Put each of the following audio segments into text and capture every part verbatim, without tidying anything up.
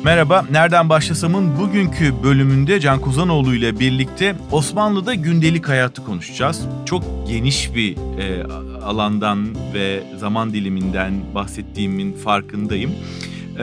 Merhaba, Nereden Başlasam'ın bugünkü bölümünde Can Kozanoğlu ile birlikte Osmanlı'da gündelik hayatı konuşacağız. Çok geniş bir e, alandan ve zaman diliminden bahsettiğimin farkındayım. E,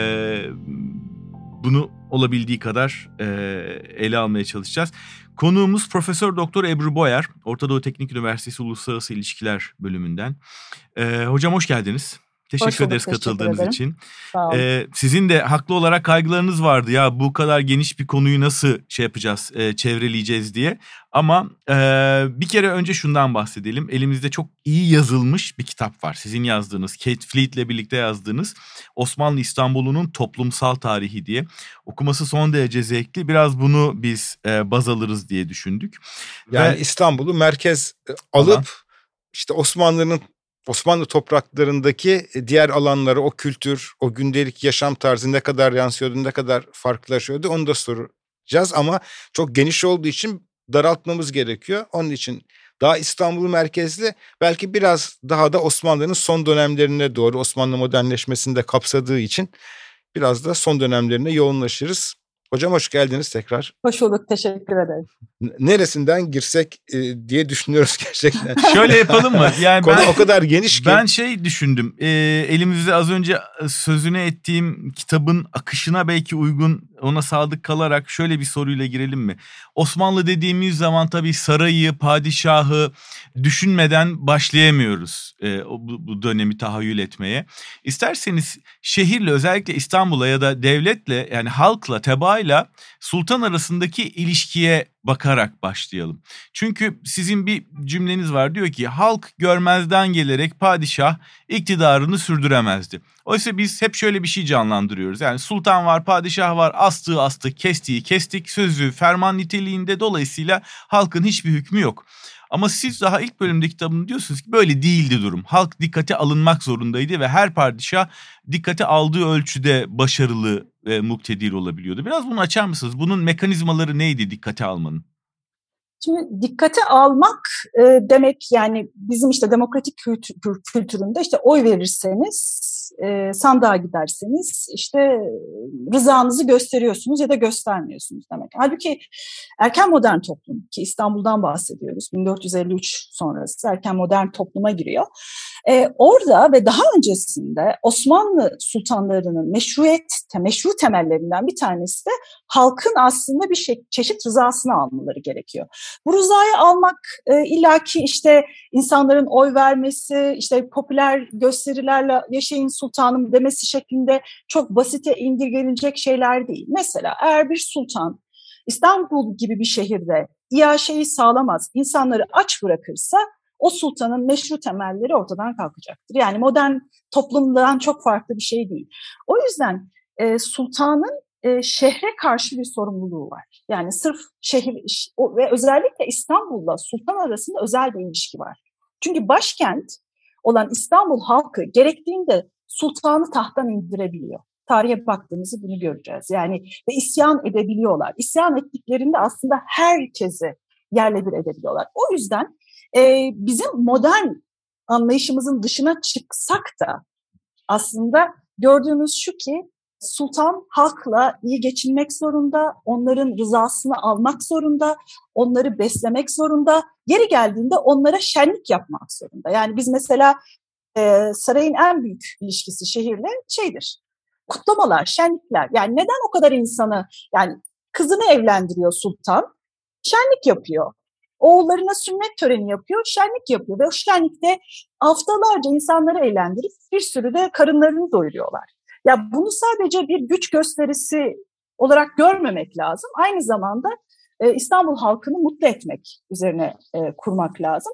bunu olabildiği kadar e, ele almaya çalışacağız. Konuğumuz Profesör Doktor Ebru Boyer, Orta Doğu Teknik Üniversitesi Uluslararası İlişkiler bölümünden. E, hocam hoş geldiniz. Teşekkür Hoş bulduk, ederiz teşekkür katıldığınız ederim. için. Sağ olun. Ee, sizin de haklı olarak kaygılarınız vardı ya bu kadar geniş bir konuyu nasıl şey yapacağız, e, çevreleyeceğiz diye. Ama e, bir kere önce şundan bahsedelim. Elimizde çok iyi yazılmış bir kitap var. Sizin yazdığınız, Kate Fleet'le birlikte yazdığınız Osmanlı İstanbul'unun Toplumsal Tarihi diye. Okuması son derece zevkli. Biraz bunu biz e, baz alırız diye düşündük. Yani Ve İstanbul'u merkez alıp Aha. işte Osmanlı'nın Osmanlı topraklarındaki diğer alanları, o kültür, o gündelik yaşam tarzı ne kadar yansıyordu, ne kadar farklılaşıyordu onu da soracağız. Ama çok geniş olduğu için daraltmamız gerekiyor. Onun için daha İstanbul merkezli, belki biraz daha da Osmanlı'nın son dönemlerine doğru, Osmanlı modernleşmesini de kapsadığı için biraz da son dönemlerine yoğunlaşırız. Hocam hoş geldiniz tekrar. Hoş bulduk, teşekkür ederim. N- Neresinden girsek e, diye düşünüyoruz gerçekten. Şöyle yapalım mı? Yani Konu ben o kadar geniş ki. ben şey düşündüm. E, elimizde az önce sözünü ettiğim kitabın akışına belki uygun, ona sadık kalarak şöyle bir soruyla girelim mi? Osmanlı dediğimiz zaman tabii sarayı, padişahı düşünmeden başlayamıyoruz e, o, bu, bu dönemi tahayyül etmeye. İsterseniz şehirle, özellikle İstanbul'a ya da devletle, yani halkla, tebaayla sultan arasındaki ilişkiye bakarak başlayalım. Çünkü sizin bir cümleniz var, diyor ki halk görmezden gelerek padişah iktidarını sürdüremezdi. Oysa biz hep şöyle bir şey canlandırıyoruz. Yani sultan var, padişah var, astığı astık, kestiği kestik, sözü ferman niteliğinde, dolayısıyla halkın hiçbir hükmü yok. Ama siz daha ilk bölümde kitabını diyorsunuz ki böyle değildi durum. Halk dikkate alınmak zorundaydı ve her padişah dikkate aldığı ölçüde başarılı ve muktedir olabiliyordu. Biraz bunu açar mısınız? Bunun mekanizmaları neydi dikkate almanın? Şimdi dikkate almak e, demek, yani bizim işte demokratik kültür, kültüründe işte oy verirseniz, e, sandığa giderseniz işte rızanızı gösteriyorsunuz ya da göstermiyorsunuz demek. Halbuki erken modern toplum, ki İstanbul'dan bahsediyoruz, bin dört yüz elli üç sonrası erken modern topluma giriyor. E, orada ve daha öncesinde Osmanlı sultanlarının meşruiyet, meşru temellerinden bir tanesi de halkın aslında bir şey, çeşit rızasını almaları gerekiyor. Bu rızayı almak e, illaki işte insanların oy vermesi, işte popüler gösterilerle yaşayın sultanım demesi şeklinde çok basite indirgenecek şeyler değil. Mesela eğer bir sultan İstanbul gibi bir şehirde iaşeyi sağlamaz, insanları aç bırakırsa o sultanın meşru temelleri ortadan kalkacaktır. Yani modern toplumdan çok farklı bir şey değil. O yüzden e, sultanın e, şehre karşı bir sorumluluğu var. Yani sırf şehir o, ve özellikle İstanbul'la sultan arasında özel bir ilişki var. Çünkü başkent olan İstanbul halkı gerektiğinde sultanı tahttan indirebiliyor. Tarihe baktığımızda bunu göreceğiz. Yani ve isyan edebiliyorlar. İsyan ettiklerinde aslında herkesi yerle bir edebiliyorlar. O yüzden e, bizim modern anlayışımızın dışına çıksak da aslında gördüğümüz şu ki sultan halkla iyi geçinmek zorunda, onların rızasını almak zorunda, onları beslemek zorunda, yeri geldiğinde onlara şenlik yapmak zorunda. Yani biz mesela e, sarayın en büyük ilişkisi şehirle şeydir, kutlamalar, şenlikler. Yani neden o kadar insanı, yani kızını evlendiriyor sultan, şenlik yapıyor. Oğullarına sünnet töreni yapıyor, şenlik yapıyor. Ve o şenlikte haftalarca insanları eğlendirip bir sürü de karınlarını doyuruyorlar. Ya bunu sadece bir güç gösterisi olarak görmemek lazım. Aynı zamanda e, İstanbul halkını mutlu etmek üzerine e, kurmak lazım.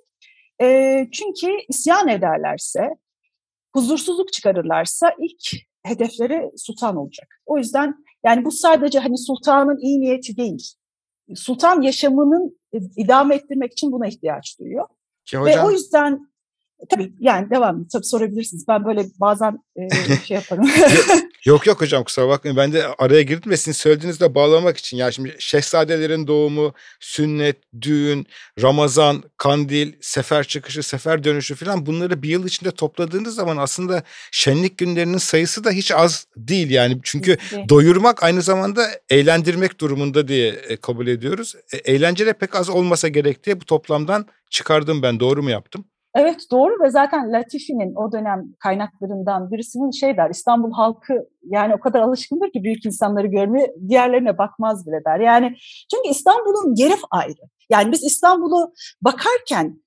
E, çünkü isyan ederlerse, huzursuzluk çıkarırlarsa ilk hedefleri sultan olacak. O yüzden yani bu sadece hani sultanın iyi niyeti değil. Sultan yaşamının idame ettirmek için buna ihtiyaç duyuyor. Ki hocam, Ve o yüzden Tabii yani devam edin. Tabii sorabilirsiniz. Ben böyle bazen e, şey yaparım. Yok yok hocam, kusura bakmayın. Ben de araya girdim ve sizin söylediğinizle bağlamak için. Yani şimdi şehzadelerin doğumu, sünnet, düğün, Ramazan, kandil, sefer çıkışı, sefer dönüşü falan, bunları bir yıl içinde topladığınız zaman aslında şenlik günlerinin sayısı da hiç az değil. Yani çünkü doyurmak aynı zamanda eğlendirmek durumunda diye kabul ediyoruz. E, eğlence de pek az olmasa gerek diye bu toplamdan çıkardım ben. Doğru mu yaptım? Evet doğru ve zaten Latifi'nin o dönem kaynaklarından birisinin şey der, İstanbul halkı yani o kadar alışkındır ki büyük insanları görmeye, diğerlerine bakmaz bile der. Yani çünkü İstanbul'un yeri ayrı. Yani biz İstanbul'u bakarken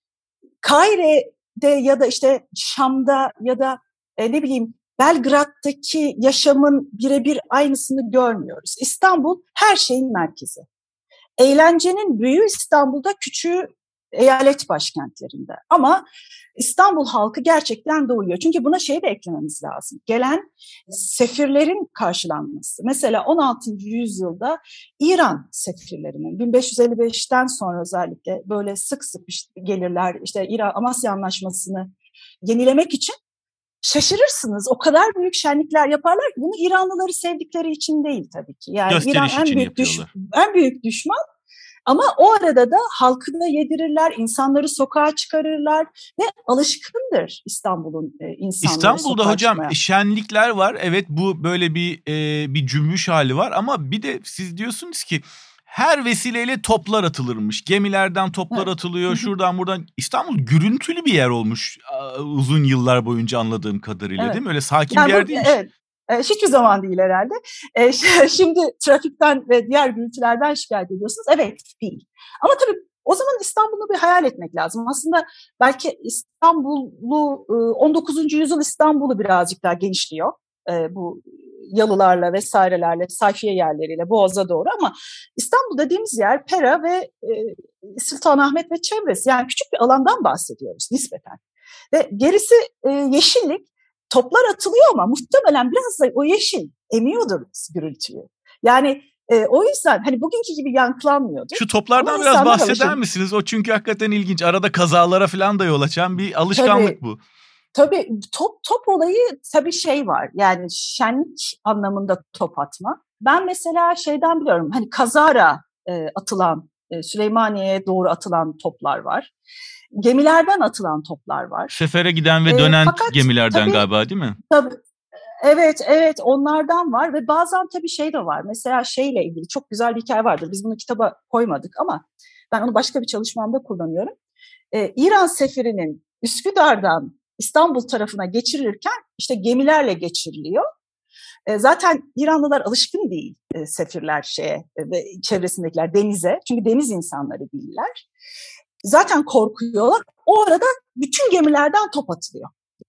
Kahire'de ya da işte Şam'da ya da e, ne bileyim Belgrad'daki yaşamın birebir aynısını görmüyoruz. İstanbul her şeyin merkezi. Eğlencenin büyüğü İstanbul'da, küçüğü eyalet başkentlerinde. Ama İstanbul halkı gerçekten doğuyor. Çünkü buna şey de eklememiz lazım. Gelen sefirlerin karşılanması. Mesela on altıncı yüzyılda İran sefirlerinin bin beş yüz elli beşten sonra özellikle böyle sık sık gelirler. İşte İran Amasya Anlaşması'nı yenilemek için şaşırırsınız. O kadar büyük şenlikler yaparlar ki bunu İranlıları sevdikleri için değil tabii ki. Yani gösteriş İran en için büyük düş, yapıyorlar. en büyük düşman. Ama o arada da halkını yedirirler, insanları sokağa çıkarırlar ve alışkındır İstanbul'un e, insanları İstanbul'da sokağa hocam çıkmaya. şenlikler var. Evet, bu böyle bir e, bir cümbüş hali var ama bir de siz diyorsunuz ki her vesileyle toplar atılırmış. Gemilerden toplar Evet. atılıyor. Hı hı. Şuradan buradan. İstanbul gürültülü bir yer olmuş uzun yıllar boyunca anladığım kadarıyla, Evet. değil mi? Öyle sakin Yani bir bu, yer değilmiş. evet. E, hiçbir zaman değil herhalde. E, şimdi trafikten ve diğer gürültülerden şikayet ediyorsunuz. Evet, değil. Ama tabii o zaman İstanbul'u bir hayal etmek lazım. Aslında belki İstanbul'u, on dokuzuncu yüzyıl İstanbul'u birazcık daha genişliyor. E, bu yalılarla vesairelerle, sayfiye yerleriyle Boğaz'a doğru, ama İstanbul dediğimiz yer Pera ve e, Sultanahmet ve çevresi. Yani küçük bir alandan bahsediyoruz nispeten. Ve gerisi e, yeşillik. Toplar atılıyor ama muhtemelen biraz da o yeşil emiyordur gürültüyü. Yani e, o yüzden hani bugünkü gibi yankılanmıyordur. Şu toplardan ama biraz bahseder alışır. misiniz? O çünkü hakikaten ilginç. Arada kazalara falan da yol açan bir alışkanlık Tabii, bu. Tabii top top olayı tabii şey var. Yani şenlik anlamında top atma. Ben mesela şeyden biliyorum. Hani kazara e, atılan, e, Süleymaniye'ye doğru atılan toplar var. Gemilerden atılan toplar var. Sefere giden ve E, dönen fakat gemilerden tabii, galiba, değil mi? Tabii. Evet, evet onlardan var ve bazen tabii şey de var. Mesela şeyle ilgili çok güzel bir hikaye vardır. Biz bunu kitaba koymadık ama ben onu başka bir çalışmamda kullanıyorum. Ee, İran sefirinin Üsküdar'dan İstanbul tarafına geçirilirken işte gemilerle geçiriliyor. Ee, zaten İranlılar alışkın değil e, sefirler şeye ve çevresindekiler denize. Çünkü deniz insanları değiller. Zaten korkuyorlar. O arada bütün gemilerden top atılıyor.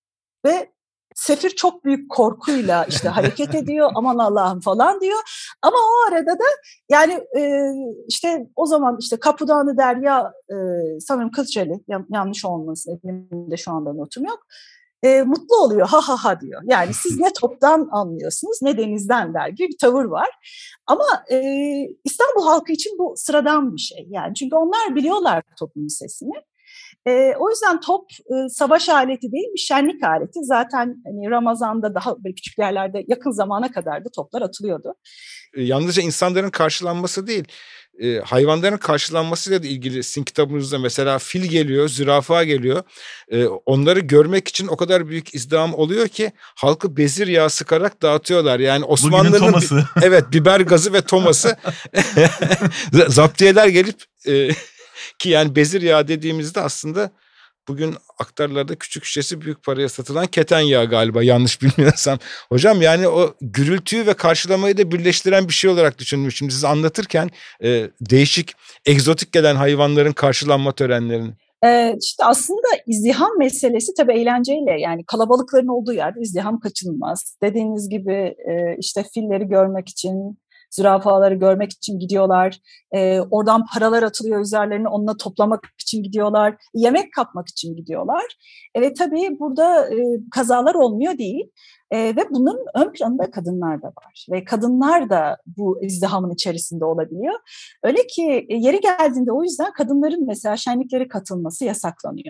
Ve sefir çok büyük korkuyla işte hareket ediyor, aman Allah'ım falan diyor. Ama o arada da yani e, işte o zaman işte Kapıdağ-ı Derya, e, sanırım Kılıçeli, yanlış olmasın, elimde şu anda notum yok. E, mutlu oluyor, ha ha ha diyor. Yani siz ne toptan anlıyorsunuz ne denizden der gibi bir tavır var. Ama e, İstanbul halkı için bu sıradan bir şey. Yani çünkü onlar biliyorlar topun sesini. E, o yüzden top e, savaş aleti değil, bir şenlik aleti. Zaten hani Ramazan'da daha böyle küçük yerlerde yakın zamana kadar da toplar atılıyordu. E, yalnızca insanların karşılanması değil, e, hayvanların karşılanmasıyla da ilgili sizin kitabınızda mesela fil geliyor, zürafa geliyor. E, onları görmek için o kadar büyük izdiham oluyor ki halkı bezir yağı sıkarak dağıtıyorlar. Yani Osmanlı'nın bi- evet biber gazı ve toması zaptiyeler gelip e, ki yani bezir yağı dediğimizde aslında bugün aktarlarda küçük şişesi büyük paraya satılan keten yağı galiba, yanlış bilmiyorsam. Hocam yani o gürültüyü ve karşılamayı da birleştiren bir şey olarak düşünmüşüm. Siz anlatırken e, değişik, egzotik gelen hayvanların karşılanma törenlerini. Ee, işte aslında izdiham meselesi tabii eğlenceyle, yani kalabalıkların olduğu yerde izdiham kaçınılmaz. Dediğiniz gibi e, işte filleri görmek için, zürafaları görmek için gidiyorlar. Ee, oradan paralar atılıyor üzerlerine, onunla toplamak için gidiyorlar. Yemek kapmak için gidiyorlar. Evet tabii burada e, kazalar olmuyor değil. E, ve bunun ön planında kadınlar da var. Ve kadınlar da bu izdihamın içerisinde olabiliyor. Öyle ki e, yeri geldiğinde o yüzden kadınların mesela şenliklere katılması yasaklanıyor.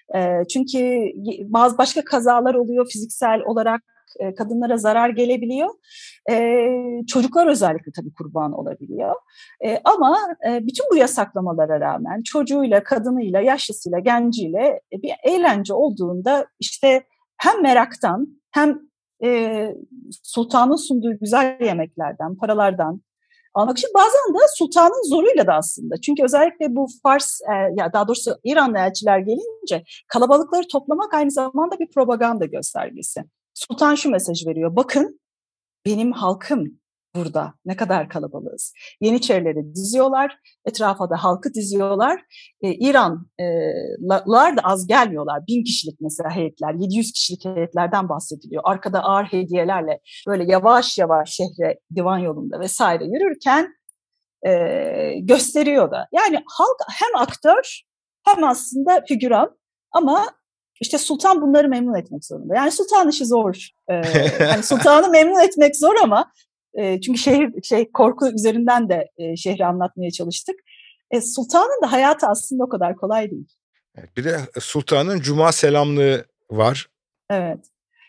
E, çünkü bazı başka kazalar oluyor, fiziksel olarak e, kadınlara zarar gelebiliyor. E, çocuklar özellikle tabii kurban olabiliyor. E, ama e, bütün bu yasaklamalara rağmen çocuğuyla, kadınıyla, yaşlısıyla, genciyle e, bir eğlence olduğunda işte hem meraktan hem e, sultanın sunduğu güzel yemeklerden, paralardan almak için, bazen de sultanın zoruyla da aslında. Çünkü özellikle bu Fars, e, ya daha doğrusu İranlı elçiler gelince kalabalıkları toplamak aynı zamanda bir propaganda göstergesi. Sultan şu mesaj veriyor: bakın, benim halkım burada, ne kadar kalabalığız. Yeniçerileri diziyorlar, etrafa da halkı diziyorlar. Ee, İranlılar da az gelmiyorlar. Bin kişilik mesela heyetler, yedi yüz kişilik heyetlerden bahsediliyor. Arkada ağır hediyelerle böyle yavaş yavaş şehre, divan yolunda vesaire yürürken e, gösteriyor da. Yani halk hem aktör hem aslında figüran, ama İşte sultan bunları memnun etmek zorunda. Yani sultan işi zor. Ee, hani sultanı memnun etmek zor ama e, çünkü şehir şey korku üzerinden de e, şehri anlatmaya çalıştık. E, sultanın da hayatı aslında o kadar kolay değil. Evet, bir de sultanın cuma selamlığı var. Evet.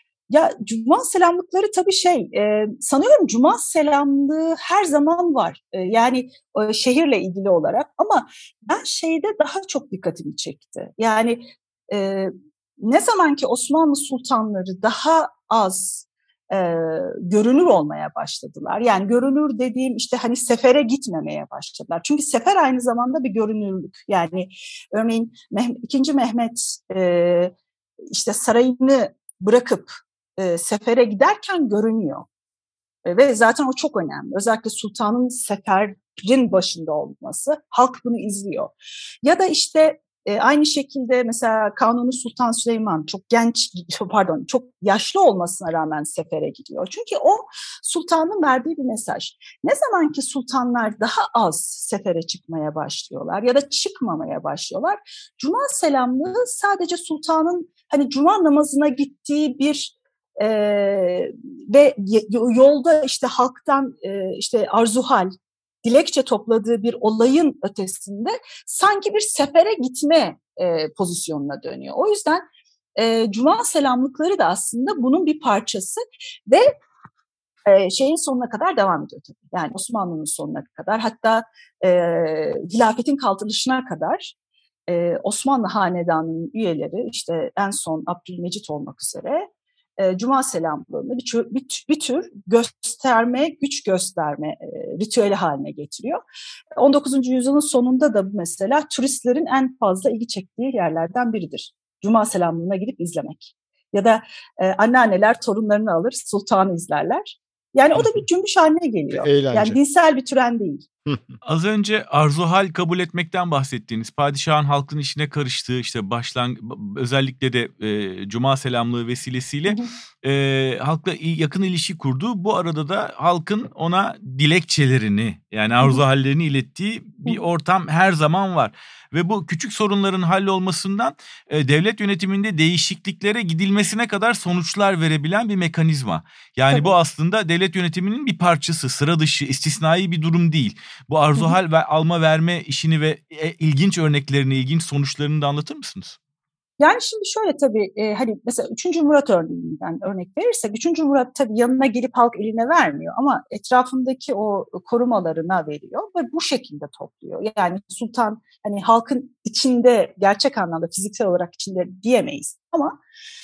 Ya cuma selamlıkları tabii şey, e, sanıyorum cuma selamlığı her zaman var. E, yani e, şehirle ilgili olarak, ama ben şeyde daha çok dikkatimi çekti. Yani e, ne zaman ki Osmanlı sultanları daha az e, görünür olmaya başladılar. Yani görünür dediğim işte hani sefere gitmemeye başladılar. Çünkü sefer aynı zamanda bir görünürlük. Yani örneğin Meh- ikinci Mehmet e, işte sarayını bırakıp e, sefere giderken görünüyor. E, ve zaten o çok önemli. Özellikle sultanın seferin başında olması. Halk bunu izliyor. Ya da işte e, aynı şekilde mesela Kanuni Sultan Süleyman çok genç, pardon çok yaşlı olmasına rağmen sefere gidiyor. Çünkü o sultanın verdiği bir mesaj. Ne zaman ki sultanlar daha az sefere çıkmaya başlıyorlar ya da çıkmamaya başlıyorlar, cuma selamlığı sadece sultanın hani cuma namazına gittiği bir Ee, ve yolda işte halktan e, işte arzuhal, dilekçe topladığı bir olayın ötesinde sanki bir sefere gitme e, pozisyonuna dönüyor. O yüzden e, cuma selamlıkları da aslında bunun bir parçası ve e, şeyin sonuna kadar devam ediyor tabii. Yani Osmanlı'nın sonuna kadar, hatta e, hilafetin kaldırılışına kadar e, Osmanlı Hanedanı'nın üyeleri işte en son Abdülmecit olmak üzere e, cuma selamlığını bir tür, bir, bir tür gösterme, güç gösterme e, ritüeli haline getiriyor. on dokuzuncu yüzyılın sonunda da bu mesela turistlerin en fazla ilgi çektiği yerlerden biridir. Cuma selamlığına gidip izlemek. Ya da e, anneanneler torunlarını alır, sultanı izlerler. Yani o da bir cümbüş haline geliyor. Eğlence. Yani dinsel bir tören değil. Az önce arzuhal kabul etmekten bahsettiğiniz, padişahın halkın işine karıştığı, işte başlang özellikle de e, cuma selamlığı vesilesiyle e, halkla yakın ilişki kurduğu, bu arada da halkın ona dilekçelerini, yani arzuhallerini ilettiği bir ortam her zaman var. Ve bu küçük sorunların hallolmasından e, devlet yönetiminde değişikliklere gidilmesine kadar sonuçlar verebilen bir mekanizma. Yani Tabii. bu aslında devlet yönetiminin bir parçası, sıra dışı, istisnai bir durum değil. Bu arzuhal ve alma verme işini ve e, ilginç örneklerini, ilginç sonuçlarını da anlatır mısınız? Yani şimdi şöyle tabii e, hani mesela üçüncü Murat örneğinden örnek verirsek, üçüncü Murat tabii yanına gelip halk eline vermiyor ama etrafındaki o korumalarına veriyor ve bu şekilde topluyor. Yani sultan hani halkın içinde, gerçek anlamda fiziksel olarak içinde diyemeyiz ama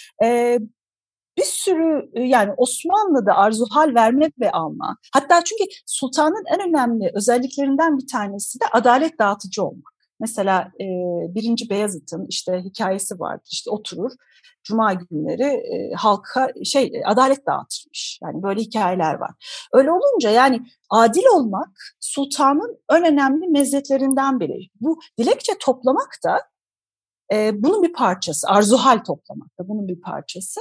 e, bir sürü yani Osmanlı'da arzuhal verme ve alma, hatta çünkü sultanın en önemli özelliklerinden bir tanesi de adalet dağıtıcı olmak. Mesela e, birinci Beyazıt'ın işte hikayesi vardır. İşte oturur Cuma günleri e, halka şey adalet dağıtırmış. Yani böyle hikayeler var. Öyle olunca yani adil olmak sultanın en önemli mezzetlerinden biri. Bu dilekçe toplamak da e, bunun bir parçası. Arzuhal toplamak da bunun bir parçası.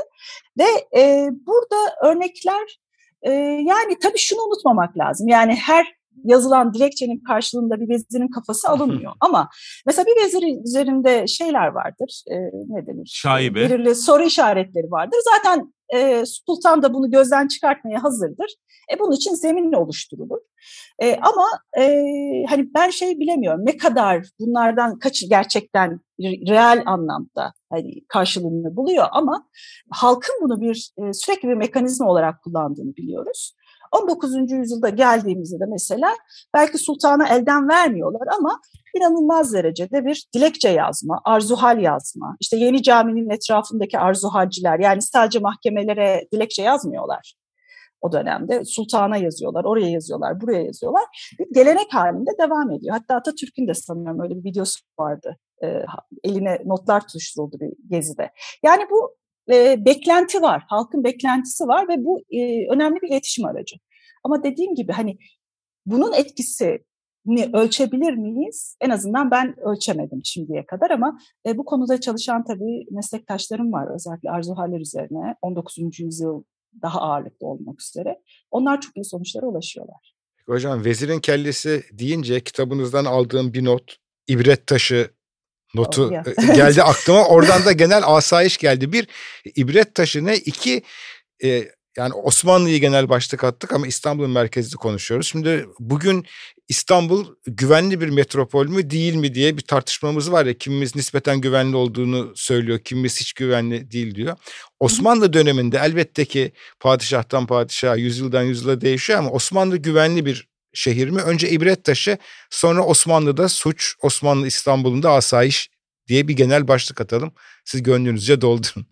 Ve e, burada örnekler e, yani tabii şunu unutmamak lazım. Yani her yazılan dilekçenin karşılığında bir vezirin kafası alınmıyor. Ama mesela bir vezir üzerinde şeyler vardır. E, ne denir? Şaibe. Belirli soru işaretleri vardır. Zaten e, sultan da bunu gözden çıkartmaya hazırdır. E, bunun için zemin oluşturulur. E, ama e, hani ben şey bilemiyorum, ne kadar bunlardan kaçı gerçekten reel anlamda hani karşılığını buluyor ama halkın bunu bir e, sürekli bir mekanizma olarak kullandığını biliyoruz. on dokuzuncu yüzyılda geldiğimizde de mesela belki sultana elden vermiyorlar ama inanılmaz derecede bir dilekçe yazma, arzuhal yazma, işte Yeni Cami'nin etrafındaki arzuhalciler, yani sadece mahkemelere dilekçe yazmıyorlar. O dönemde sultana yazıyorlar, oraya yazıyorlar, buraya yazıyorlar. Bir gelenek halinde devam ediyor. Hatta Atatürk'ün de sanırım öyle bir videosu vardı. E, eline notlar tutuşturuldu bir gezide. Yani bu e, beklenti var, halkın beklentisi var ve bu e, önemli bir iletişim aracı. Ama dediğim gibi hani bunun etkisini ölçebilir miyiz? En azından ben ölçemedim şimdiye kadar ama e, bu konuda çalışan tabii meslektaşlarım var. Özellikle arzuhaller üzerine on dokuzuncu yüzyıl daha ağırlıklı olmak üzere. Onlar çok iyi sonuçlara ulaşıyorlar. Hocam vezirin kellesi deyince kitabınızdan aldığım bir not, ibret taşı notu Oh, yeah. geldi aklıma. Oradan da genel asayiş geldi. Bir, ibret taşı ne? İki, e, yani Osmanlı'yı genel başlık attık ama İstanbul'un merkezli konuşuyoruz. Şimdi bugün İstanbul güvenli bir metropol mü değil mi diye bir tartışmamız var ya. Kimimiz nispeten güvenli olduğunu söylüyor, kimimiz hiç güvenli değil diyor. Osmanlı döneminde elbette ki padişahtan padişaha, yüzyıldan yüzyıla değişiyor ama Osmanlı güvenli bir şehir mi? Önce ibret taşı, sonra Osmanlı'da suç, Osmanlı İstanbul'unda asayiş diye bir genel başlık atalım. Siz gönlünüzce doldurun.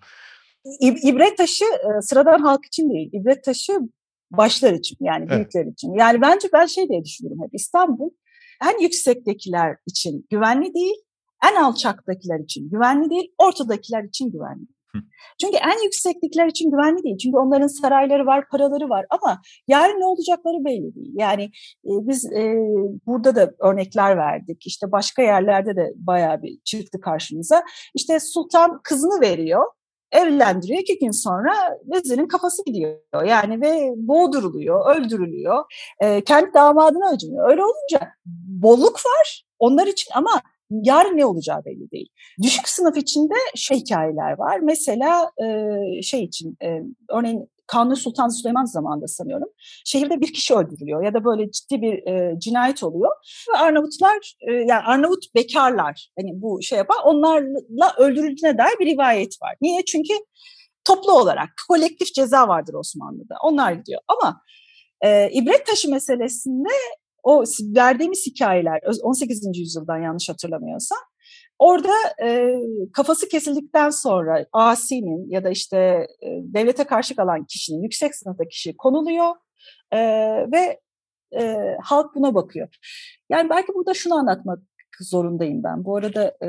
İbret taşı sıradan halk için değil, ibret taşı başlar için, yani büyükler evet. için. Yani bence ben şey diye düşünüyorum hep, İstanbul en yüksektekiler için güvenli değil, en alçaktakiler için güvenli değil, ortadakiler için güvenli. Hı. Çünkü en yüksektekiler için güvenli değil. Çünkü onların sarayları var, paraları var ama yarın ne olacakları belli değil. Yani e, biz e, burada da örnekler verdik. İşte başka yerlerde de bayağı bir çıktı karşımıza. İşte sultan kızını veriyor. Evlendiriyor, iki gün sonra vezirin kafası gidiyor. Yani ve boğduruluyor, öldürülüyor. E, kendi damadına acımıyor. Öyle olunca bolluk var onlar için ama yarın ne olacağı belli değil. Düşük sınıf içinde şey hikayeler var. Mesela e, şey için, e, örneğin Kanuni Sultan Süleyman zamanında sanıyorum şehirde bir kişi öldürülüyor ya da böyle ciddi bir e, cinayet oluyor ve Arnavutlar e, yani Arnavut bekarlar hani bu şey yapar onlarla öldürüldüğüne dair bir rivayet var. Niye? Çünkü toplu olarak kolektif ceza vardır Osmanlı'da. Onlar gidiyor ama e, ibret taşı meselesinde o verdiğimiz hikayeler on sekizinci yüzyıldan yanlış hatırlamıyorsam orada e, kafası kesildikten sonra asinin ya da işte e, devlete karşı kalan kişinin, yüksek sınıfta kişi konuluyor e, ve e, halk buna bakıyor. Yani belki burada şunu anlatmak zorundayım ben. Bu arada e,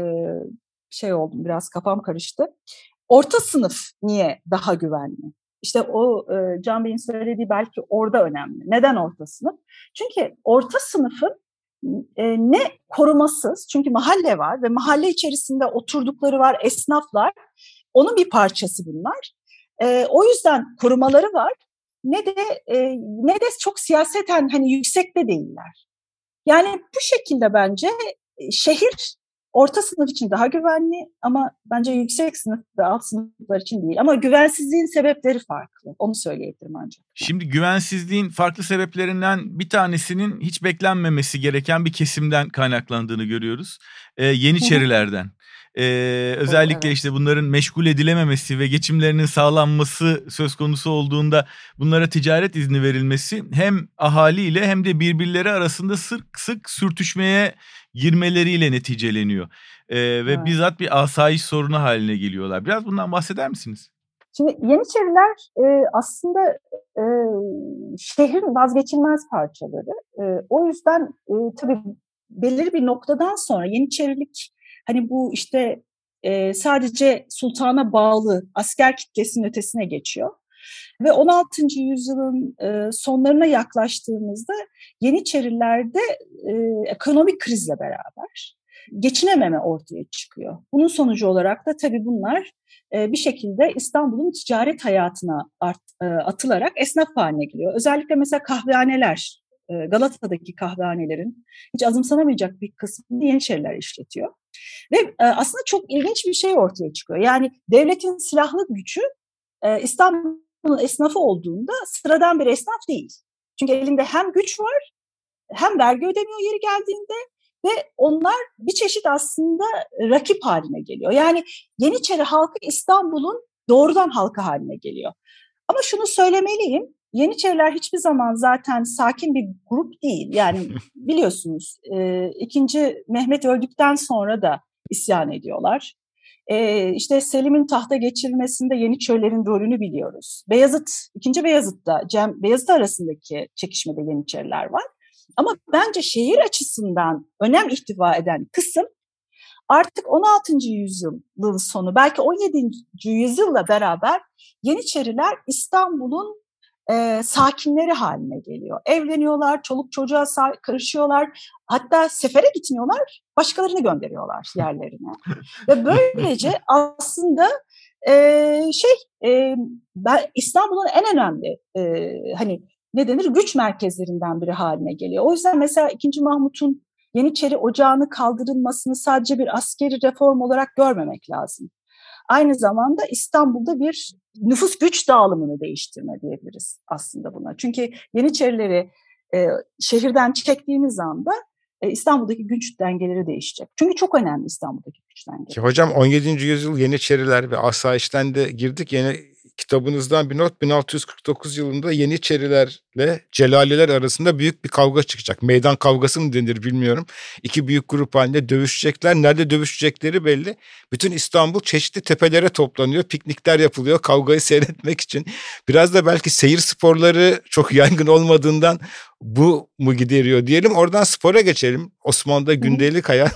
şey oldum, biraz kafam karıştı. Orta sınıf niye daha güvenli? İşte o e, Can Bey'in söylediği belki orada önemli. Neden orta sınıf? Çünkü orta sınıfın e, ne korumasız, çünkü mahalle var ve mahalle içerisinde oturdukları var, esnaflar, onun bir parçası bunlar. E, o yüzden korumaları var. Ne de e, ne de çok siyaseten hani yüksekte değiller. Yani bu şekilde bence şehir orta sınıf için daha güvenli ama bence yüksek sınıf ve alt sınıflar için değil. Ama güvensizliğin sebepleri farklı. Onu söyleyebilirim ancak. Şimdi güvensizliğin farklı sebeplerinden bir tanesinin hiç beklenmemesi gereken bir kesimden kaynaklandığını görüyoruz. Ee, Yeniçerilerden. Ee, özellikle oh, evet. işte bunların meşgul edilememesi ve geçimlerinin sağlanması söz konusu olduğunda bunlara ticaret izni verilmesi hem ahaliyle hem de birbirleri arasında sık sık sürtüşmeye girmeleriyle neticeleniyor. Ee, ve evet. bizzat bir asayiş sorunu haline geliyorlar. Biraz bundan bahseder misiniz? Şimdi Yeniçeriler e, aslında e, şehrin vazgeçilmez parçaları. E, o yüzden e, tabii belirli bir noktadan sonra Yeniçerilik hani bu işte e, sadece sultana bağlı asker kitlesinin ötesine geçiyor. Ve on altıncı yüzyılın e, sonlarına yaklaştığımızda Yeniçerilerde e, ekonomik krizle beraber geçinememe ortaya çıkıyor. Bunun sonucu olarak da tabii bunlar e, bir şekilde İstanbul'un ticaret hayatına art, e, atılarak esnaf haline geliyor. Özellikle mesela kahvehaneler, e, Galata'daki kahvehanelerin hiç azımsanamayacak bir kısmını Yeniçeriler işletiyor. Ve e, aslında çok ilginç bir şey ortaya çıkıyor. Yani devletin silahlı gücü e, İstanbul'un esnafı olduğunda sıradan bir esnaf değil. Çünkü elinde hem güç var, hem vergi ödemiyor yeri geldiğinde, ve onlar bir çeşit aslında rakip haline geliyor. Yani Yeniçeri halkı İstanbul'un doğrudan halkı haline geliyor. Ama şunu söylemeliyim, Yeniçeriler hiçbir zaman zaten sakin bir grup değil. Yani biliyorsunuz ikinci Mehmet öldükten sonra da isyan ediyorlar. Ee, işte Selim'in tahta geçirilmesinde Yeniçerilerin rolünü biliyoruz. Beyazıt, ikinci Beyazıt'ta Cem Beyazıt arasındaki çekişmede Yeniçeriler var. Ama bence şehir açısından önem ihtiva eden kısım artık on altıncı yüzyılın sonu, belki on yedinci yüzyılla beraber Yeniçeriler İstanbul'un e, sakinleri haline geliyor. Evleniyorlar, çoluk çocuğa karışıyorlar. Hatta sefere gitmiyorlar, başkalarını gönderiyorlar yerlerine. Ve böylece aslında e, şey e, ben İstanbul'un en önemli e, hani ne denir güç merkezlerinden biri haline geliyor. O yüzden mesela ikinci Mahmut'un Yeniçeri Ocağı'nı kaldırılmasını sadece bir askeri reform olarak görmemek lazım. Aynı zamanda İstanbul'da bir nüfus güç dağılımını değiştirme diyebiliriz aslında buna. Çünkü Yeniçerileri e, şehirden çektiğimiz anda e, İstanbul'daki güç dengeleri değişecek. Çünkü çok önemli İstanbul'daki güç dengeleri. Ki hocam on yedinci yüzyıl Yeniçeriler ve asayişten de girdik. Yeni kitabınızdan bir not, bin altı yüz kırk dokuz yılında Yeniçerilerle Celaliler arasında büyük bir kavga çıkacak. Meydan kavgası mı denir bilmiyorum. İki büyük grup halinde dövüşecekler. Nerede dövüşecekleri belli. Bütün İstanbul çeşitli tepelere toplanıyor. Piknikler yapılıyor kavgayı seyretmek için. Biraz da belki seyir sporları çok yaygın olmadığından bu mu gideriyor diyelim. Oradan spora geçelim. Osmanlı'da gündelik hayat.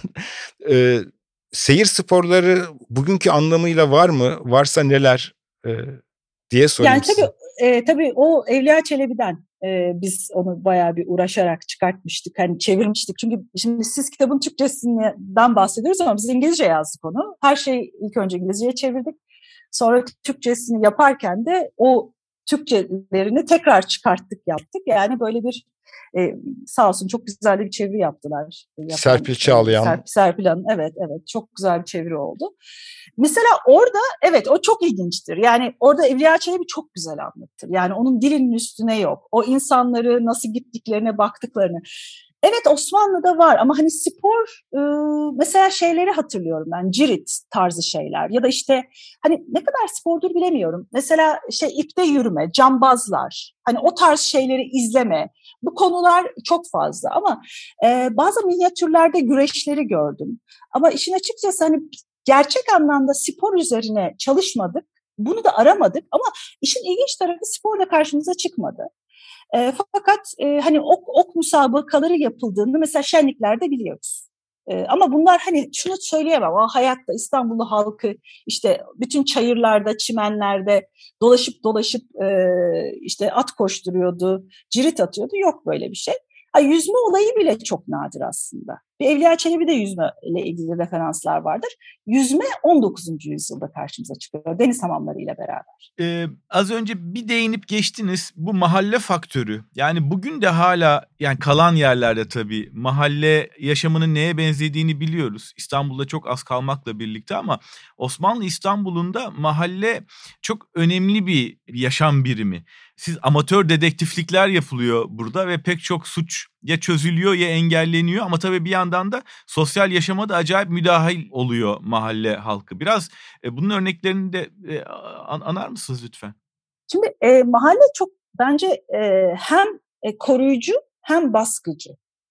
e, seyir sporları bugünkü anlamıyla var mı? Varsa neler? E, diye sorayım yani size. tabii, e, tabii o Evliya Çelebi'den e, biz onu bayağı bir uğraşarak çıkartmıştık. Hani çevirmiştik. Çünkü şimdi siz kitabın Türkçesinden bahsediyoruz ama biz İngilizce yazdık onu. Her şeyi ilk önce İngilizceye çevirdik. Sonra Türkçesini yaparken de o Türkçelerini tekrar çıkarttık yaptık. Yani böyle bir e, sağ olsun çok güzel bir çeviri yaptılar. Yapan, Serpil Çağlayan. Serp, Serpil Hanım, evet evet çok güzel bir çeviri oldu. Mesela orada evet o çok ilginçtir. Yani orada Evliya Çelebi çok güzel anlatır. Yani onun dilinin üstüne yok. O insanları nasıl gittiklerine baktıklarını. Evet Osmanlı'da var ama hani spor e, mesela şeyleri hatırlıyorum ben, cirit tarzı şeyler ya da işte hani ne kadar spordur bilemiyorum. Mesela şey ipte yürüme, cambazlar, hani o tarz şeyleri izleme. Bu konular çok fazla ama e, bazı minyatürlerde güreşleri gördüm. Ama işin açıkçası hani gerçek anlamda spor üzerine çalışmadık. Bunu da aramadık ama işin ilginç tarafı spor da karşımıza çıkmadı. E, fakat e, hani ok, ok müsabakaları yapıldığını mesela şenliklerde biliyoruz. E, ama bunlar hani şunu söyleyemem. O hayatta İstanbullu halkı işte bütün çayırlarda, çimenlerde dolaşıp dolaşıp e, işte at koşturuyordu, cirit atıyordu. Yok böyle bir şey. Ha, yüzme olayı bile çok nadir aslında. Bir Evliya Çelebi'de yüzme ile ilgili referanslar vardır. Yüzme on dokuzuncu yüzyılda karşımıza çıkıyor deniz hamamlarıyla beraber. Ee, az önce bir değinip geçtiniz bu mahalle faktörü. Yani bugün de hala yani kalan yerlerde tabii mahalle yaşamının neye benzediğini biliyoruz. İstanbul'da çok az kalmakla birlikte ama Osmanlı İstanbul'unda mahalle çok önemli bir yaşam birimi. Siz amatör dedektiflikler yapılıyor burada ve pek çok suç ya çözülüyor ya engelleniyor ama tabii bir yandan da sosyal yaşama da acayip müdahil oluyor mahalle halkı. Biraz e, bunun örneklerini de e, an- anar mısınız lütfen? Şimdi e, mahalle çok bence e, hem e, koruyucu hem baskıcı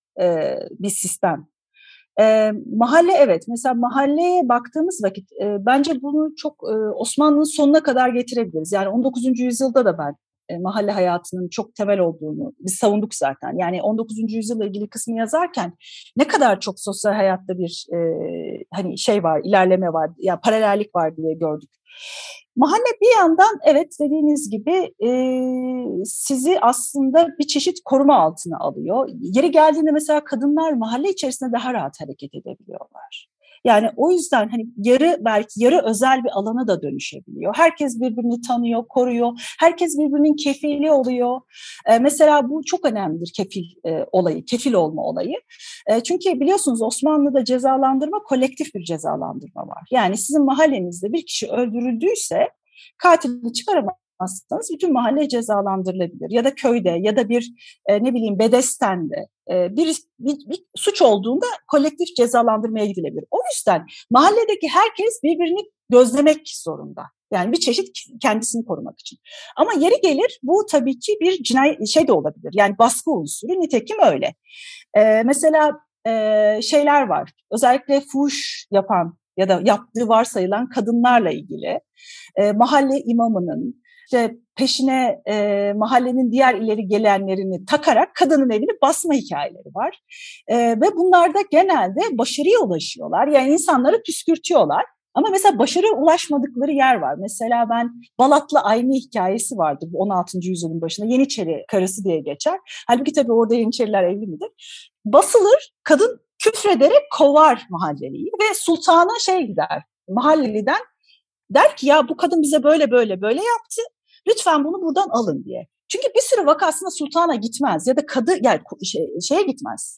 e, bir sistem. E, mahalle evet mesela mahalleye baktığımız vakit e, bence bunu çok e, Osmanlı'nın sonuna kadar getirebiliriz. Yani on dokuzuncu yüzyılda da ben e, mahalle hayatının çok temel olduğunu biz savunduk zaten. Yani on dokuzuncu yüzyılla ilgili kısmı yazarken ne kadar çok sosyal hayatta bir e, hani şey var, ilerleme var, ya yani paralellik var diye gördük. Mahalle bir yandan evet dediğiniz gibi e, sizi aslında bir çeşit koruma altına alıyor. Yeri geldiğinde mesela kadınlar mahalle içerisinde daha rahat hareket edebiliyorlar. Yani o yüzden hani yarı belki yarı özel bir alana da dönüşebiliyor. Herkes birbirini tanıyor, koruyor. Herkes birbirinin kefili oluyor. Ee, mesela bu çok önemlidir kefil e, olayı, kefil olma olayı. E, çünkü biliyorsunuz Osmanlı'da cezalandırma kolektif bir cezalandırma var. Yani sizin mahallenizde bir kişi öldürüldüyse katilini çıkaramazsınız. yapmazsanız bütün mahalle cezalandırılabilir. Ya da köyde ya da bir e, ne bileyim Bedesten'de e, bir, bir, bir suç olduğunda kolektif cezalandırmaya gidilebilir. O yüzden mahalledeki herkes birbirini gözlemek zorunda. Yani bir çeşit kendisini korumak için. Ama yeri gelir bu tabii ki bir cinayet şey de olabilir. Yani baskı unsuru, nitekim öyle. Ee, mesela e, şeyler var. Özellikle fuhuş yapan ya da yaptığı varsayılan kadınlarla ilgili e, mahalle imamının işte peşine e, mahallenin diğer ileri gelenlerini takarak kadının evini basma hikayeleri var. E, ve bunlar da genelde başarıya ulaşıyorlar. Yani insanları püskürtüyorlar. Ama mesela başarıya ulaşmadıkları yer var. Mesela ben Balat'la aynı hikayesi vardı on altıncı yüzyılın başında. Yeniçeri karısı diye geçer. Halbuki tabii orada Yeniçeriler evli midir? Basılır, kadın küfrederek kovar mahalleliyi ve sultana şey gider, mahalleliden der ki ya bu kadın bize böyle böyle böyle yaptı. Lütfen bunu buradan alın diye. Çünkü bir sürü vakasında sultana gitmez ya da kadı yani şey, şeye gitmez.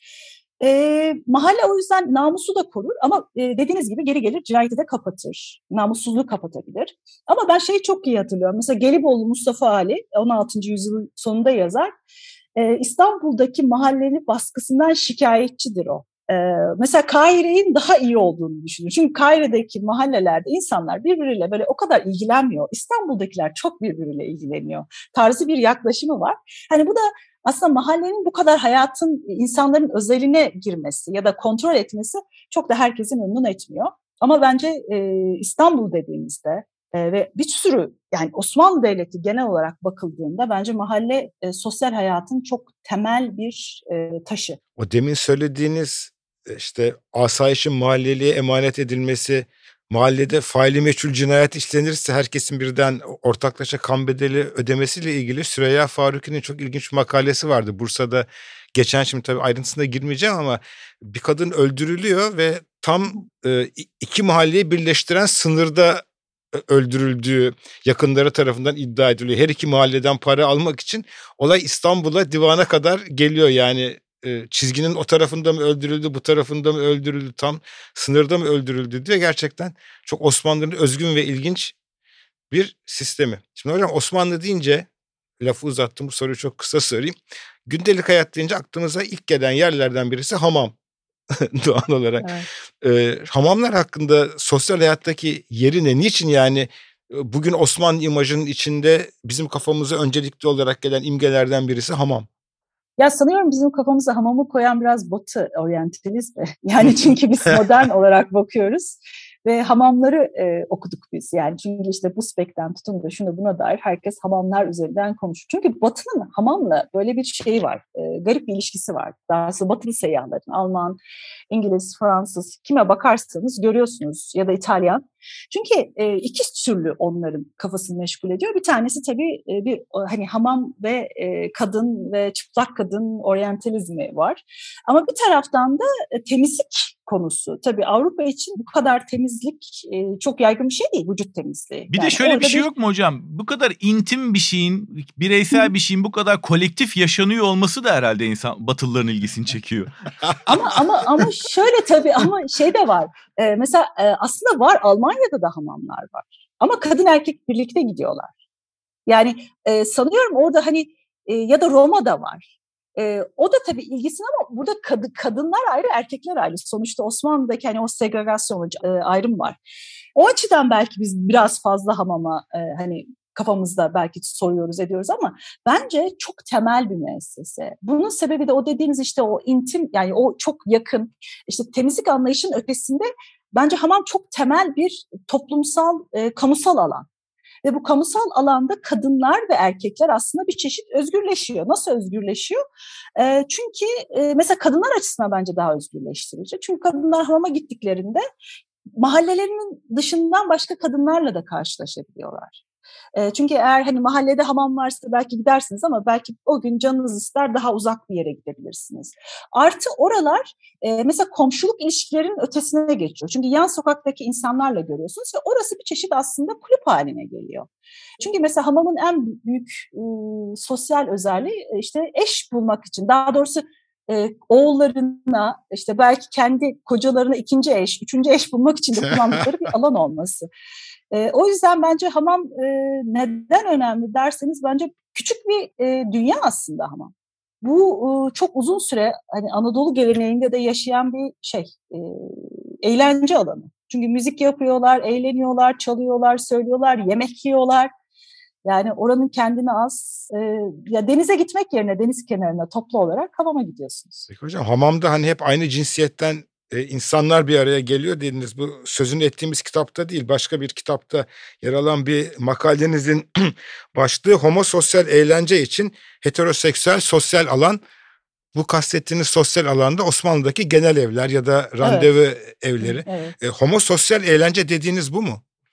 E, mahalle o yüzden namusu da korur ama e, dediğiniz gibi geri gelir cinayeti de kapatır. Namussuzluğu kapatabilir. Ama ben şeyi çok iyi hatırlıyorum. Mesela Gelibolu Mustafa Ali on altıncı yüzyılın sonunda yazar. E, İstanbul'daki mahallenin baskısından şikayetçidir o. Ee, mesela Kahire'nin daha iyi olduğunu düşünüyorum. Çünkü Kahire'deki mahallelerde insanlar birbiriyle böyle o kadar ilgilenmiyor. İstanbul'dakiler çok birbiriyle ilgileniyor. Tarzı bir yaklaşımı var. Hani bu da aslında mahallenin bu kadar hayatın insanların özeline girmesi ya da kontrol etmesi çok da herkesi memnun etmiyor. Ama bence e, İstanbul dediğimizde e, ve bir sürü yani Osmanlı Devleti genel olarak bakıldığında bence mahalle e, sosyal hayatın çok temel bir e, taşı. O demin söylediğiniz işte asayişin mahalleliye emanet edilmesi, mahallede faili meçhul cinayet işlenirse herkesin birden ortaklaşa kan bedeli ödemesiyle ilgili Süreyya Faruki'nin çok ilginç bir makalesi vardı. Bursa'da geçen, şimdi tabii ayrıntısına girmeyeceğim ama bir kadın öldürülüyor ve tam e, iki mahalleyi birleştiren sınırda öldürüldüğü yakınları tarafından iddia ediliyor. Her iki mahalleden para almak için olay İstanbul'a, divana kadar geliyor. Yani e, çizginin o tarafında mı öldürüldü, bu tarafında mı öldürüldü, tam sınırda mı öldürüldü diye gerçekten çok Osmanlı'nın özgün ve ilginç bir sistemi. Şimdi hocam Osmanlı deyince, lafı uzattım, bu soruyu çok kısa sorayım. Gündelik hayat deyince aklımıza ilk gelen yerlerden birisi hamam. Doğal olarak. Evet. E, hamamlar hakkında sosyal hayattaki yeri ne? Niçin yani bugün Osmanlı imajının içinde bizim kafamıza öncelikli olarak gelen imgelerden birisi hamam? Ya sanıyorum bizim kafamıza hamamı koyan biraz Batı oryantalizmi. Yani çünkü biz modern olarak bakıyoruz ve hamamları e, okuduk biz. Yani çünkü işte bu spekten tutun da şuna buna dair herkes hamamlar üzerinden konuşuyor. Çünkü Batı'nın hamamla böyle bir şeyi var. E, garip bir ilişkisi var. Daha sonra Batılı seyyahların, Alman, İngiliz, Fransız kime bakarsanız görüyorsunuz ya da İtalyan. Çünkü e, iki türlü onların kafasını meşgul ediyor. Bir tanesi tabii e, bir hani hamam ve e, kadın ve çıplak kadın oryantalizmi var. Ama bir taraftan da e, temizlik konusu. Tabii Avrupa için bu kadar temizlik e, çok yaygın bir şey değil, vücut temizliği. Bir yani de şöyle bir şey bir... yok mu hocam? Bu kadar intim bir şeyin, bireysel bir şeyin bu kadar kolektif yaşanıyor olması da herhalde insan Batılıların ilgisini çekiyor. ama ama ama şöyle tabii ama şey de var. Ee, mesela e, aslında var, Almanya'da da hamamlar var. Ama kadın erkek birlikte gidiyorlar. Yani e, sanıyorum orada hani e, ya da Roma'da var. E, o da tabii ilgisini ama burada kad- kadınlar ayrı, erkekler ayrı. Sonuçta Osmanlı'daki hani o segregasyon e, ayrım var. O açıdan belki biz biraz fazla hamama e, hani kafamızda belki soruyoruz ediyoruz ama bence çok temel bir müessese. Bunun sebebi de o dediğiniz işte o intim, yani o çok yakın işte temizlik anlayışının ötesinde bence hamam çok temel bir toplumsal, e, kamusal alan. Ve bu kamusal alanda kadınlar ve erkekler aslında bir çeşit özgürleşiyor. Nasıl özgürleşiyor? E, çünkü e, mesela kadınlar açısından bence daha özgürleştirici. Çünkü kadınlar hamama gittiklerinde mahallelerinin dışından başka kadınlarla da karşılaşabiliyorlar. E, çünkü eğer hani mahallede hamam varsa belki gidersiniz ama belki o gün canınız ister daha uzak bir yere gidebilirsiniz. Artı oralar e, mesela komşuluk ilişkilerinin ötesine geçiyor. Çünkü yan sokaktaki insanlarla görüyorsunuz ve orası bir çeşit aslında kulüp haline geliyor. Çünkü mesela hamamın en büyük e, sosyal özelliği işte eş bulmak için, daha doğrusu e, oğullarına, işte belki kendi kocalarına ikinci eş, üçüncü eş bulmak için de kullandıkları bir alan olması. E, o yüzden bence hamam e, neden önemli derseniz, bence küçük bir e, dünya aslında hamam. Bu e, çok uzun süre hani Anadolu geleneğinde de yaşayan bir şey, e, eğlence alanı. Çünkü müzik yapıyorlar, eğleniyorlar, çalıyorlar, söylüyorlar, yemek yiyorlar. Yani oranın kendine az, e, ya denize gitmek yerine deniz kenarına toplu olarak hamama gidiyorsunuz. Peki hocam, hamamda hani hep aynı cinsiyetten e, insanlar bir araya geliyor dediniz. Bu sözünü ettiğimiz kitapta değil, başka bir kitapta yer alan bir makalenizin başlığı homososyal eğlence için heteroseksüel sosyal alan. Bu kastettiğiniz sosyal alanda Osmanlı'daki genel evler ya da randevu evet. evleri. Evet. E, homososyal eğlence dediğiniz bu mu?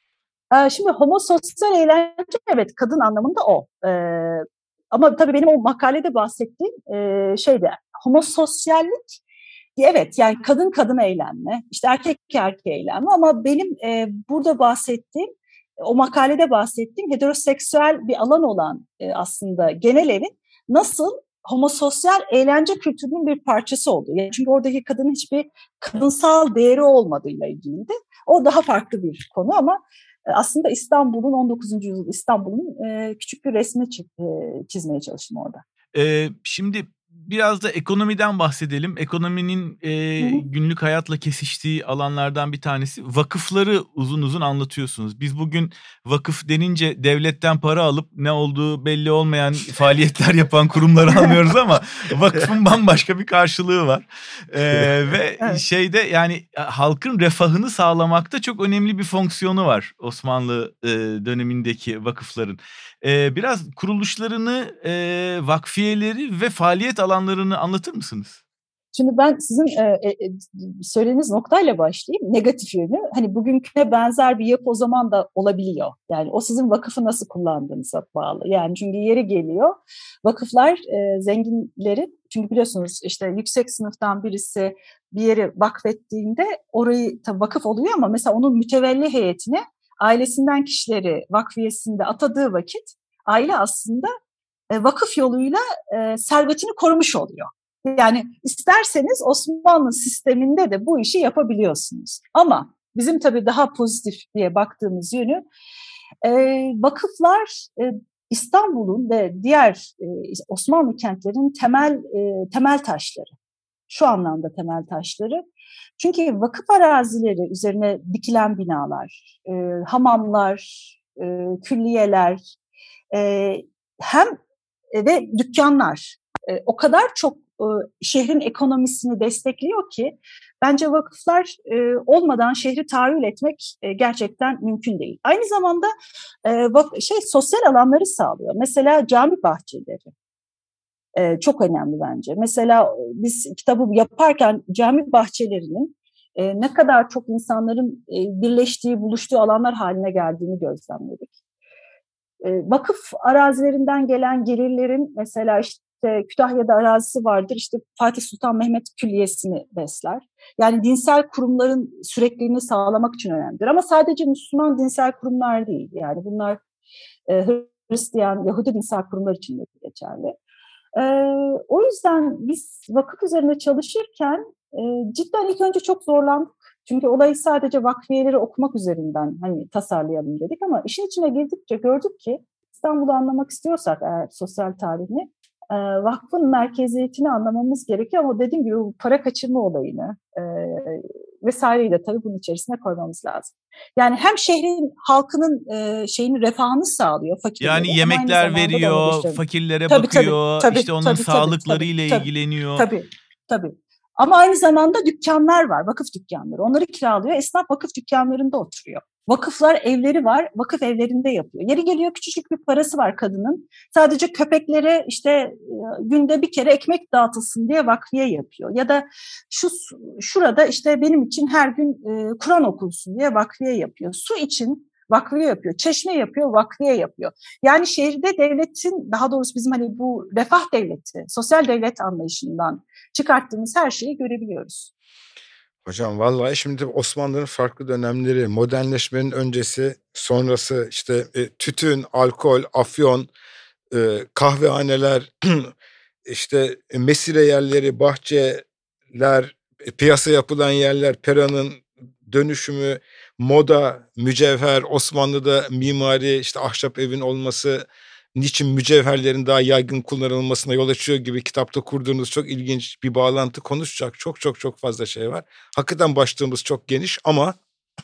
Şimdi homososyal eğlence, evet, kadın anlamında o. Ee, ama tabii benim o makalede bahsettiğim e, şeyde homososyallik, evet, yani kadın kadına eğlenme, işte erkek erkeğe eğlenme, ama benim e, burada bahsettiğim, o makalede bahsettiğim heteroseksüel bir alan olan e, aslında genel evin nasıl homososyal eğlence kültürünün bir parçası olduğu. Yani çünkü oradaki kadının hiçbir kadınsal değeri olmadığıyla ilgiliydi. O daha farklı bir konu, ama aslında İstanbul'un on dokuzuncu yüzyıl İstanbul'un e, küçük bir resmi çizmeye çalıştım orada. Ee, şimdi biraz da ekonomiden bahsedelim. Ekonominin e, günlük hayatla kesiştiği alanlardan bir tanesi. Vakıfları uzun uzun anlatıyorsunuz. Biz bugün vakıf denince devletten para alıp ne olduğu belli olmayan faaliyetler yapan kurumları anlıyoruz, ama vakıfın bambaşka bir karşılığı var. Ee, ve evet. şeyde yani halkın refahını sağlamakta çok önemli bir fonksiyonu var Osmanlı e, dönemindeki vakıfların. Ee, biraz kuruluşlarını, e, vakfiyeleri ve faaliyet alanlarını anlatır mısınız? Şimdi ben sizin e, e, söylediğiniz noktayla başlayayım. Negatif yönü, hani bugünküne benzer bir yapı o zaman da olabiliyor. Yani o sizin vakıfı nasıl kullandığınıza bağlı. Yani çünkü yeri geliyor, vakıflar e, zenginlerin, çünkü biliyorsunuz işte yüksek sınıftan birisi bir yeri vakfettiğinde orayı tabii vakıf oluyor, ama mesela onun mütevelli heyetine ailesinden kişileri vakfiyesinde atadığı vakit aile aslında e, vakıf yoluyla e, servetini korumuş oluyor. Yani isterseniz Osmanlı sisteminde de bu işi yapabiliyorsunuz. Ama bizim tabii daha pozitif diye baktığımız yönü, e, vakıflar e, İstanbul'un ve diğer e, Osmanlı kentlerinin temel e, temel taşları. Şu anlamda temel taşları. Çünkü vakıf arazileri üzerine dikilen binalar, e, hamamlar, e, külliyeler, e, hem e, ve dükkanlar e, o kadar çok e, şehrin ekonomisini destekliyor ki, bence vakıflar e, olmadan şehri tahayyül etmek e, gerçekten mümkün değil. Aynı zamanda e, vak- şey sosyal alanları sağlıyor. Mesela cami bahçeleri. Ee, çok önemli bence. Mesela biz kitabı yaparken cami bahçelerinin e, ne kadar çok insanların e, birleştiği, buluştuğu alanlar haline geldiğini gözlemledik. E, vakıf arazilerinden gelen gelirlerin, mesela işte Kütahya'da arazisi vardır, işte Fatih Sultan Mehmet Külliyesi'ni besler. Yani dinsel kurumların sürekliliğini sağlamak için önemlidir. Ama sadece Müslüman dinsel kurumlar değil. Yani bunlar e, Hristiyan, Yahudi dinsel kurumlar için de geçerli. Ee, o yüzden biz vakıf üzerine çalışırken e, cidden ilk önce çok zorlandık. Çünkü olayı sadece vakfiyeleri okumak üzerinden hani tasarlayalım dedik, ama işin içine girdikçe gördük ki İstanbul'u anlamak istiyorsak eğer sosyal tarihini, e, vakfın merkeziyetini anlamamız gerekiyor, ama dediğim gibi bu para kaçırma olayını e, vesaireyi de tabii bunun içerisine koymamız lazım. Yani hem şehrin halkının e, şeyini refahını sağlıyor, fakirlere. Yani yemekler veriyor, fakirlere tabii, bakıyor, tabii, tabii, işte onun tabii, sağlıklarıyla tabii, ilgileniyor. Tabii, tabii. Ama aynı zamanda dükkanlar var, vakıf dükkanları. Onları kiralıyor, esnaf vakıf dükkanlarında oturuyor. Vakıflar evleri var, vakıf evlerinde yapıyor. Yeri geliyor küçücük bir parası var kadının. Sadece köpeklere işte günde bir kere ekmek dağıtılsın diye vakfiye yapıyor. Ya da şu şurada işte benim için her gün e, Kur'an okunsun diye vakfiye yapıyor. Su için vakfiye yapıyor, çeşme yapıyor, vakfiye yapıyor. Yani şehirde devletin, daha doğrusu bizim hani bu refah devleti, sosyal devlet anlayışından çıkarttığımız her şeyi görebiliyoruz. Hocam vallahi şimdi Osmanlı'nın farklı dönemleri, modernleşmenin öncesi, sonrası, işte e, tütün, alkol, afyon, e, kahvehaneler, işte mesire yerleri, bahçeler, piyasa yapılan yerler, Pera'nın dönüşümü, moda, mücevher, Osmanlı'da mimari, işte ahşap evin olması, niçin mücevherlerin daha yaygın kullanılmasına yol açıyor gibi kitapta kurduğunuz çok ilginç bir bağlantı, konuşacak çok çok çok fazla şey var. Hakikaten başlığımız çok geniş ama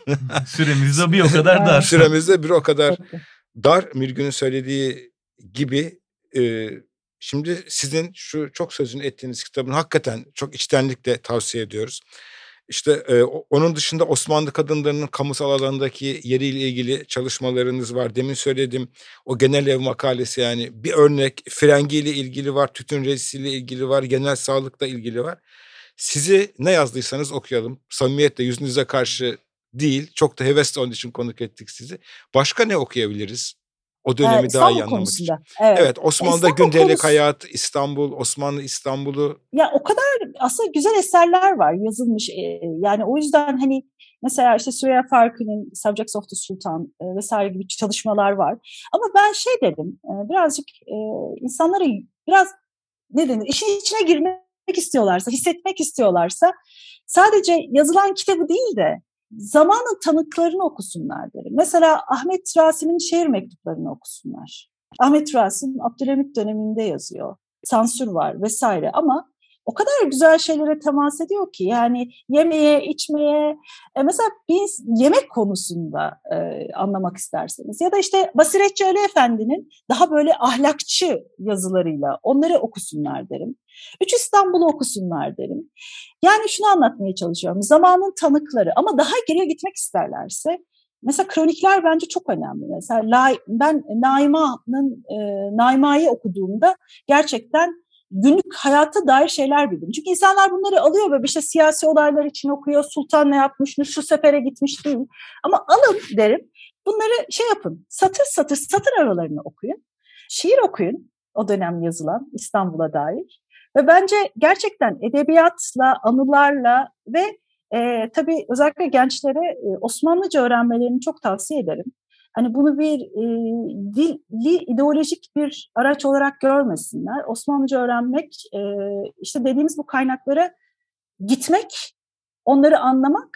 süremiz de bir o kadar dar. Süremiz de bir o kadar dar. Mirgün'ün söylediği gibi e, şimdi sizin şu çok sözünü ettiğiniz kitabını hakikaten çok içtenlikle tavsiye ediyoruz. İşte e, onun dışında Osmanlı kadınlarının kamusal alandaki yeriyle ilgili çalışmalarınız var. Demin söyledim, o genel ev makalesi, yani bir örnek. Frengi ile ilgili var, tütün rejisiyle ilgili var, genel sağlıkla ilgili var. Sizi ne yazdıysanız okuyalım. Samimiyetle, yüzünüze karşı değil, çok da hevesle onun için konuk ettik sizi. Başka ne okuyabiliriz? O dönemi Ee, daha iyi İstanbul anlamak konusunda. için. Evet. Evet, Osmanlı'da İstanbul gündelik konusu- hayat, İstanbul, Osmanlı İstanbul'u. Ya o kadar aslında güzel eserler var yazılmış. Ee, yani o yüzden hani mesela işte Süreyya Farkı'nın Subjects of the Sultan e, vesaire gibi çalışmalar var. Ama ben şey dedim, e, birazcık e, insanları biraz ne denir, işin içine girmek istiyorlarsa, hissetmek istiyorlarsa sadece yazılan kitabı değil de zamanın tanıklarını okusunlar derim. Mesela Ahmet Rasim'in şehir mektuplarını okusunlar. Ahmet Rasim Abdülhamit döneminde yazıyor. Sansür var vesaire ama o kadar güzel şeylere temas ediyor ki, yani yemeye, içmeye, e mesela bir yemek konusunda e, anlamak isterseniz ya da işte Basiretçi Ali Efendi'nin daha böyle ahlakçı yazılarıyla onları okusunlar derim. Üç İstanbul'u okusunlar derim. Yani şunu anlatmaya çalışıyorum. Zamanın tanıkları, ama daha geriye gitmek isterlerse mesela kronikler bence çok önemli. Mesela ben Naima'nın e, Naima'yı okuduğumda gerçekten günlük hayata dair şeyler bildim. Çünkü insanlar bunları alıyor ve işte siyasi olaylar için okuyor. Sultan ne yapmış, şu sefere gitmiş değil. Ama alın derim. Bunları şey yapın. Satır satır satır aralarını okuyun. Şiir okuyun. O dönem yazılan İstanbul'a dair. Ve bence gerçekten edebiyatla, anılarla ve e, tabii özellikle gençlere e, Osmanlıca öğrenmelerini çok tavsiye ederim. Hani bunu bir e, dilli, ideolojik bir araç olarak görmesinler. Osmanlıca öğrenmek, e, işte dediğimiz bu kaynaklara gitmek, onları anlamak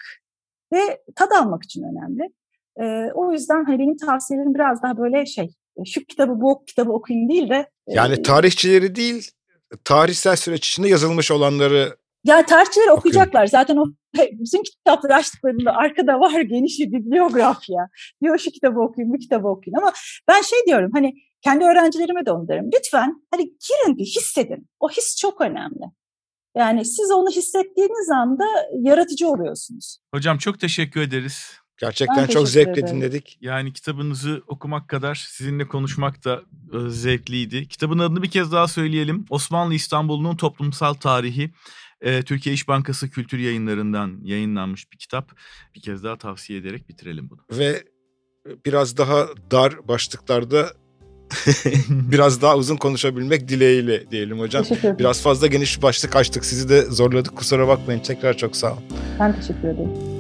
ve tad almak için önemli. E, o yüzden hani benim tavsiyelerim biraz daha böyle şey, şu kitabı, bu kitabı okuyun değil de... E, yani tarihçileri değil, tarihsel süreç içinde yazılmış olanları. Yani tarihçileri okuyacaklar. Zaten o bizim kitapları açtıklarında arkada var geniş bir bibliografya. Diyor şu kitabı okuyun, bu kitabı okuyun. Ama ben şey diyorum, hani kendi öğrencilerime de onu derim. Lütfen hani girin bir hissedin. O his çok önemli. Yani siz onu hissettiğiniz anda yaratıcı oluyorsunuz. Hocam çok teşekkür ederiz. Gerçekten Ben çok teşekkür zevkle ederim. dinledik. Yani kitabınızı okumak kadar sizinle konuşmak da e, zevkliydi. Kitabın adını bir kez daha söyleyelim. Osmanlı İstanbul'un Toplumsal Tarihi. E, Türkiye İş Bankası Kültür Yayınları'ndan yayınlanmış bir kitap. Bir kez daha tavsiye ederek bitirelim bunu. Ve biraz daha dar başlıklarda biraz daha uzun konuşabilmek dileğiyle diyelim hocam. Teşekkür ederim. Biraz fazla geniş başlık açtık. Sizi de zorladık. Kusura bakmayın. Tekrar çok sağ olun. Ben teşekkür ederim.